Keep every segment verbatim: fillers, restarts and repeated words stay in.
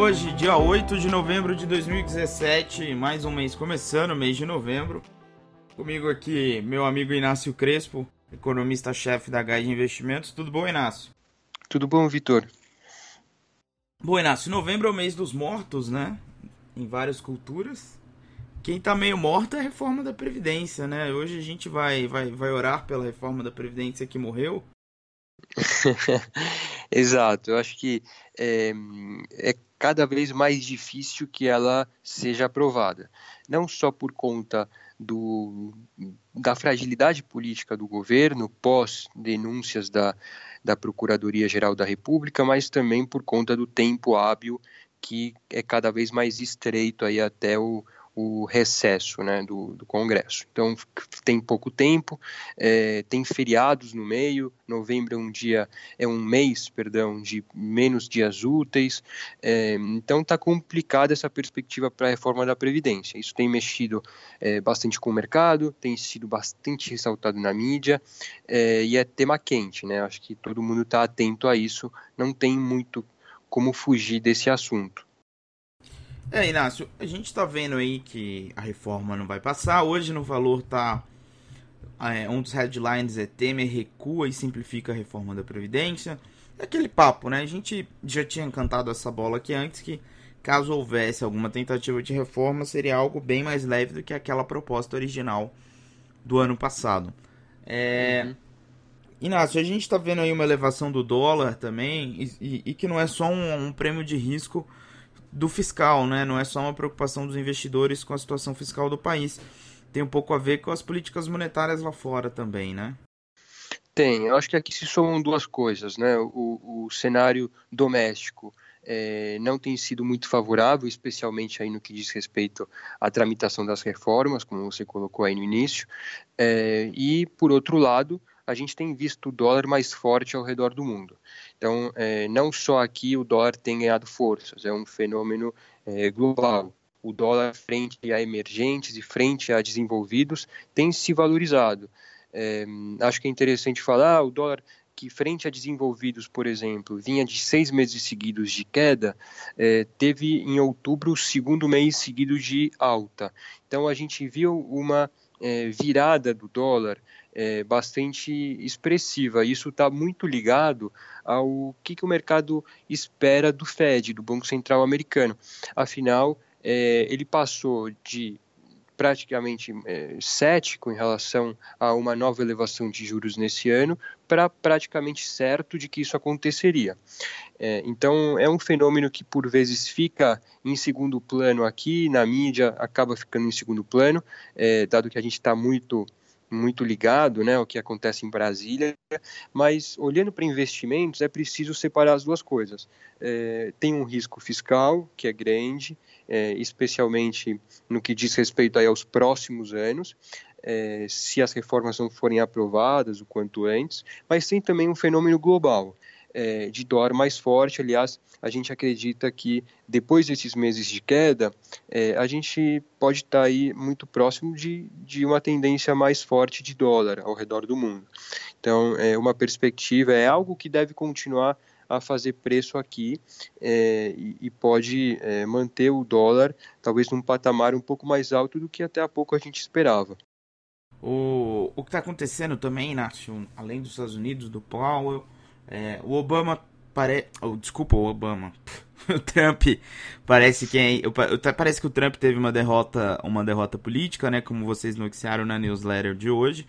hoje, dia oito de novembro de dois mil e dezessete, mais um mês começando, mês de novembro. Comigo aqui, meu amigo Inácio Crespo, economista-chefe da Guide Investimentos. Tudo bom, Inácio? Tudo bom, Vitor? Bom, Inácio, novembro é o mês dos mortos, né? Em várias culturas. Quem tá meio morto é a reforma da Previdência, né? Hoje a gente vai, vai, vai orar pela reforma da Previdência que morreu. Exato, eu acho que é, é cada vez mais difícil que ela seja aprovada. Não só por conta do, da fragilidade política do governo, pós-denúncias da, da Procuradoria-Geral da República, mas também por conta do tempo hábil que é cada vez mais estreito aí até o, o recesso, né, do, do Congresso. Então, tem pouco tempo, é, tem feriados no meio, novembro é um dia, é um mês, perdão, de menos dias úteis, é, então está complicada essa perspectiva para a reforma da Previdência. Isso tem mexido é, bastante com o mercado, tem sido bastante ressaltado na mídia, é, e é tema quente, né? Acho que todo mundo está atento a isso, não tem muito como fugir desse assunto. É, Inácio, a gente tá vendo aí que a reforma não vai passar. Hoje no Valor tá... É, um dos headlines é Temer recua e simplifica a reforma da Previdência. É aquele papo, né? A gente já tinha cantado essa bola aqui antes, que caso houvesse alguma tentativa de reforma, seria algo bem mais leve do que aquela proposta original do ano passado. É... Uhum. Inácio, a gente está vendo aí uma elevação do dólar também, e, e, e que não é só um, um prêmio de risco do fiscal, né? Não é só uma preocupação dos investidores com a situação fiscal do país. Tem um pouco a ver com as políticas monetárias lá fora também, né? Tem, eu acho que aqui se somam duas coisas, né? O, o cenário doméstico é, não tem sido muito favorável, especialmente aí no que diz respeito à tramitação das reformas, como você colocou aí no início, é, e, por outro lado, a gente tem visto o dólar mais forte ao redor do mundo. Então, é, não só aqui o dólar tem ganhado forças, é um fenômeno é, global. O dólar frente a emergentes e frente a desenvolvidos tem se valorizado. É, acho que é interessante falar, ah, o dólar que frente a desenvolvidos, por exemplo, vinha de seis meses seguidos de queda, é, teve em outubro o segundo mês seguido de alta. Então a gente viu uma é, virada do dólar é, bastante expressiva. Isso está muito ligado ao que, que o mercado espera do Fed, do Banco Central americano. Afinal, é, ele passou de praticamente é, cético em relação a uma nova elevação de juros nesse ano, para praticamente certo de que isso aconteceria. É, então, é um fenômeno que, por vezes, fica em segundo plano aqui, na mídia, acaba ficando em segundo plano, é, dado que a gente está muito muito ligado, né, ao que acontece em Brasília, mas olhando para investimentos é preciso separar as duas coisas. É, tem um risco fiscal que é grande, é, especialmente no que diz respeito aí aos próximos anos, é, se as reformas não forem aprovadas o quanto antes, mas tem também um fenômeno global, é, de dólar mais forte. Aliás, a gente acredita que depois desses meses de queda, é, a gente pode estar aí muito próximo de, de uma tendência mais forte de dólar ao redor do mundo. Então, é uma perspectiva, é algo que deve continuar a fazer preço aqui, é, e, e pode é, manter o dólar talvez num patamar um pouco mais alto do que até há pouco a gente esperava. O, o que está acontecendo também, Inácio, além dos Estados Unidos, do Powell, é, o Obama parece... Oh, desculpa, o Obama. O Trump parece que é, parece que o Trump teve uma derrota, uma derrota política, né? Como vocês noticiaram na newsletter de hoje.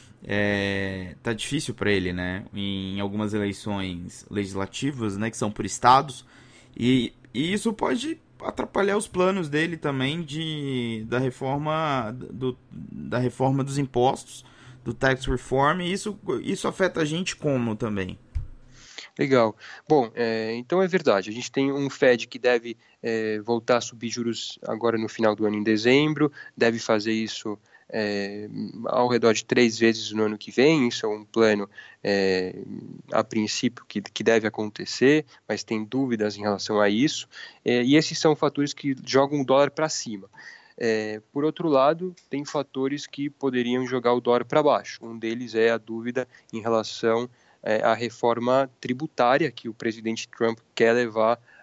É, tá difícil para ele, né? Em algumas eleições legislativas, né? Que são por estados. E, e isso pode atrapalhar os planos dele também de, da reforma do, da reforma dos impostos, do tax reform. E isso, isso afeta a gente como também? Legal. Bom, é, então é verdade. A gente tem um Fed que deve é, voltar a subir juros agora no final do ano, em dezembro, deve fazer isso é, ao redor de três vezes no ano que vem. Isso é um plano, é, a princípio, que, que deve acontecer, mas tem dúvidas em relação a isso. É, e esses são fatores que jogam o dólar para cima. É, por outro lado, tem fatores que poderiam jogar o dólar para baixo. Um deles é a dúvida em relação é, à reforma tributária que o presidente Trump quer levar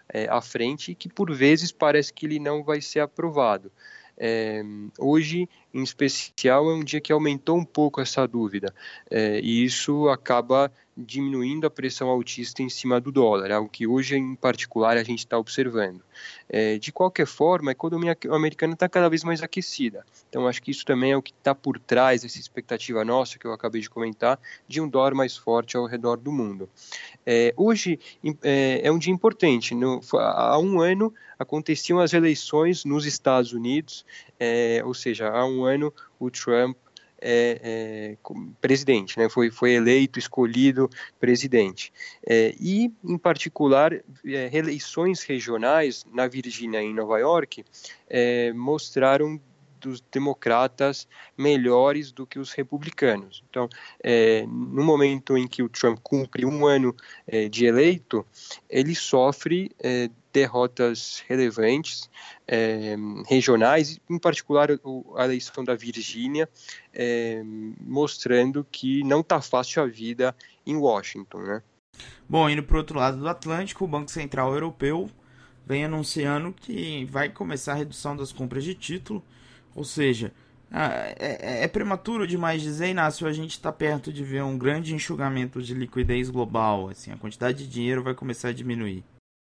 é, à frente e que, por vezes, parece que ele não vai ser aprovado. É, hoje, em especial, é um dia que aumentou um pouco essa dúvida, é, e isso acaba diminuindo a pressão altista em cima do dólar, algo que hoje, em particular, a gente está observando. É, de qualquer forma, a economia americana está cada vez mais aquecida, então acho que isso também é o que está por trás dessa expectativa nossa, que eu acabei de comentar, de um dólar mais forte ao redor do mundo. É, hoje é, é um dia importante. No, há um ano aconteciam as eleições nos Estados Unidos, é, ou seja, há um ano o Trump é, é, presidente, né, foi, foi eleito, escolhido presidente. É, e, em particular, é, eleições regionais na Virgínia e em Nova York é, mostraram dos democratas melhores do que os republicanos. Então, é, no momento em que o Trump cumpre um ano é, de eleito, ele sofre é, derrotas relevantes, é, regionais, em particular a eleição da Virgínia, é, mostrando que não está fácil a vida em Washington, né? Bom, indo para o outro lado do Atlântico, o Banco Central Europeu vem anunciando que vai começar a redução das compras de título, ou seja, é, é, é prematuro demais dizer, Inácio, a gente está perto de ver um grande enxugamento de liquidez global, assim, a quantidade de dinheiro vai começar a diminuir.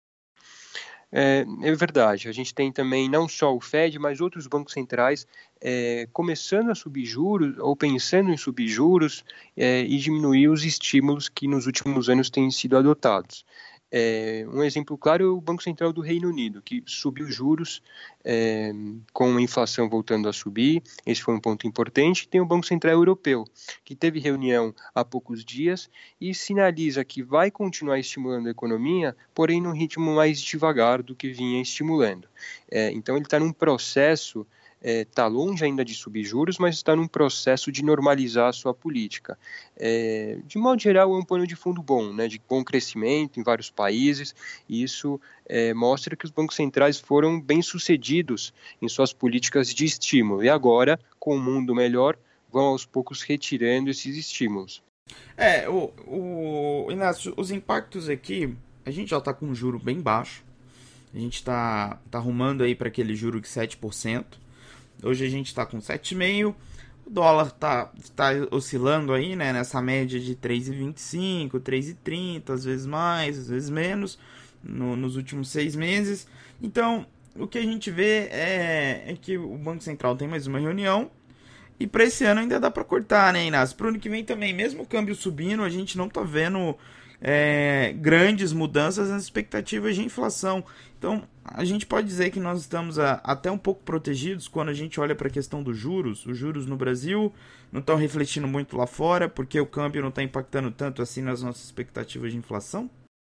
É, é verdade, a gente tem também não só o Fed, mas outros bancos centrais é, começando a subir juros ou pensando em subir juros é, e diminuir os estímulos que nos últimos anos têm sido adotados. É, um exemplo claro é o Banco Central do Reino Unido, que subiu juros é, com a inflação voltando a subir, esse foi um ponto importante. Tem o Banco Central Europeu, que teve reunião há poucos dias e sinaliza que vai continuar estimulando a economia, porém num ritmo mais devagar do que vinha estimulando. É, então ele está num processo, está é, longe ainda de subir juros, mas está num processo de normalizar a sua política. É, de modo geral, é um pano de fundo bom, né, de bom crescimento em vários países, e isso é, mostra que os bancos centrais foram bem-sucedidos em suas políticas de estímulo, e agora, com o mundo melhor, vão aos poucos retirando esses estímulos. É, o, o Inácio, os impactos aqui, a gente já está com um juro bem baixo, a gente está tá arrumando aí para aquele juro de sete por cento, hoje a gente está com sete vírgula cinco por cento, o dólar está tá oscilando aí, né, nessa média de três vírgula vinte e cinco, três vírgula trinta, às vezes mais, às vezes menos, no, nos últimos seis meses. Então, o que a gente vê é, é que o Banco Central tem mais uma reunião, e para esse ano ainda dá para cortar, né, Inácio? Para o ano que vem também, mesmo o câmbio subindo, a gente não está vendo é, grandes mudanças nas expectativas de inflação. Então, a gente pode dizer que nós estamos a, até um pouco protegidos quando a gente olha para a questão dos juros. Os juros no Brasil não estão refletindo muito lá fora, porque o câmbio não está impactando tanto assim nas nossas expectativas de inflação?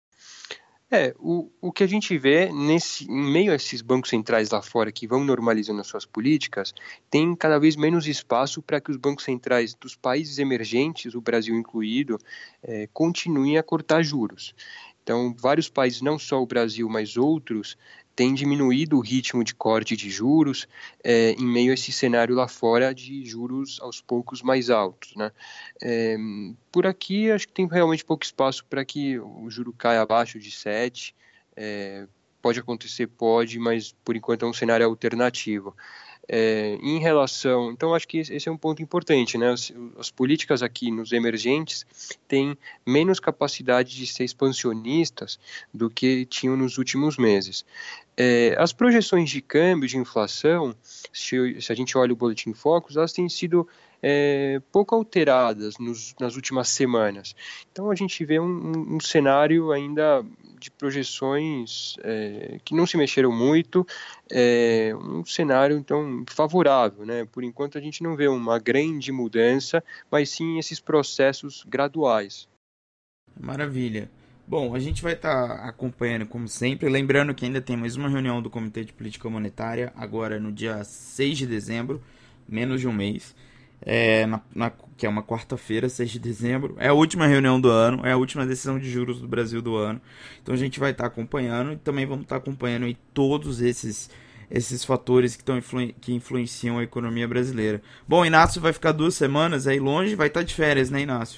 É, o, o que a gente vê nesse, em meio a esses bancos centrais lá fora que vão normalizando as suas políticas, tem cada vez menos espaço para que os bancos centrais dos países emergentes, o Brasil incluído, é, continuem a cortar juros. Então, vários países, não só o Brasil, mas outros, têm diminuído o ritmo de corte de juros é, em meio a esse cenário lá fora de juros aos poucos mais altos, né? É, por aqui, acho que tem realmente pouco espaço para que o juro caia abaixo de sete. É, pode acontecer, pode, mas por enquanto é um cenário alternativo. É, em relação, então acho que esse é um ponto importante, né? As, as políticas aqui nos emergentes têm menos capacidade de ser expansionistas do que tinham nos últimos meses. É, as projeções de câmbio, de inflação, se, se a gente olha o Boletim Focus, elas têm sido é, pouco alteradas nos, nas últimas semanas. Então a gente vê um, um, um cenário ainda de projeções é, que não se mexeram muito, é, um cenário então favorável, né? Por enquanto a gente não vê uma grande mudança, mas sim esses processos graduais. Maravilha. Bom, a gente vai estar tá acompanhando como sempre, lembrando que ainda tem mais uma reunião do Comitê de Política Monetária, agora no dia seis de dezembro, menos de um mês, é, na, na, que é uma quarta-feira, seis de dezembro, é a última reunião do ano, é a última decisão de juros do Brasil do ano, então a gente vai estar tá acompanhando e também vamos estar tá acompanhando aí todos esses, esses fatores que, tão influ, que influenciam a economia brasileira. Bom, Inácio vai ficar duas semanas aí longe, vai estar tá de férias, né, Inácio?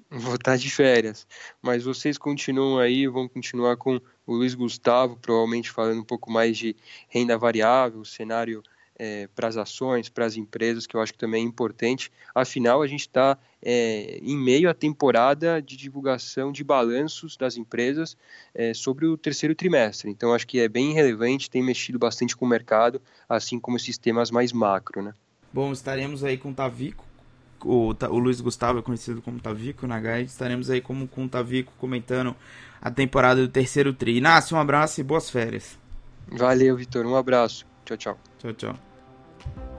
Vou estar de férias, mas vocês continuam aí, vão continuar com o Luiz Gustavo, provavelmente falando um pouco mais de renda variável, cenário é, para as ações, para as empresas, que eu acho que também é importante. Afinal, a gente está é, em meio à temporada de divulgação de balanços das empresas é, sobre o terceiro trimestre. Então, acho que é bem relevante, tem mexido bastante com o mercado, assim como esses temas mais macro, né? Bom, estaremos aí com o Tavico. O, o Luiz Gustavo é conhecido como Tavico na Guide. Estaremos aí como, com o Tavico comentando a temporada do terceiro tri. Inácio, um abraço e boas férias. Valeu, Vitor. Um abraço. Tchau, tchau. Tchau, tchau.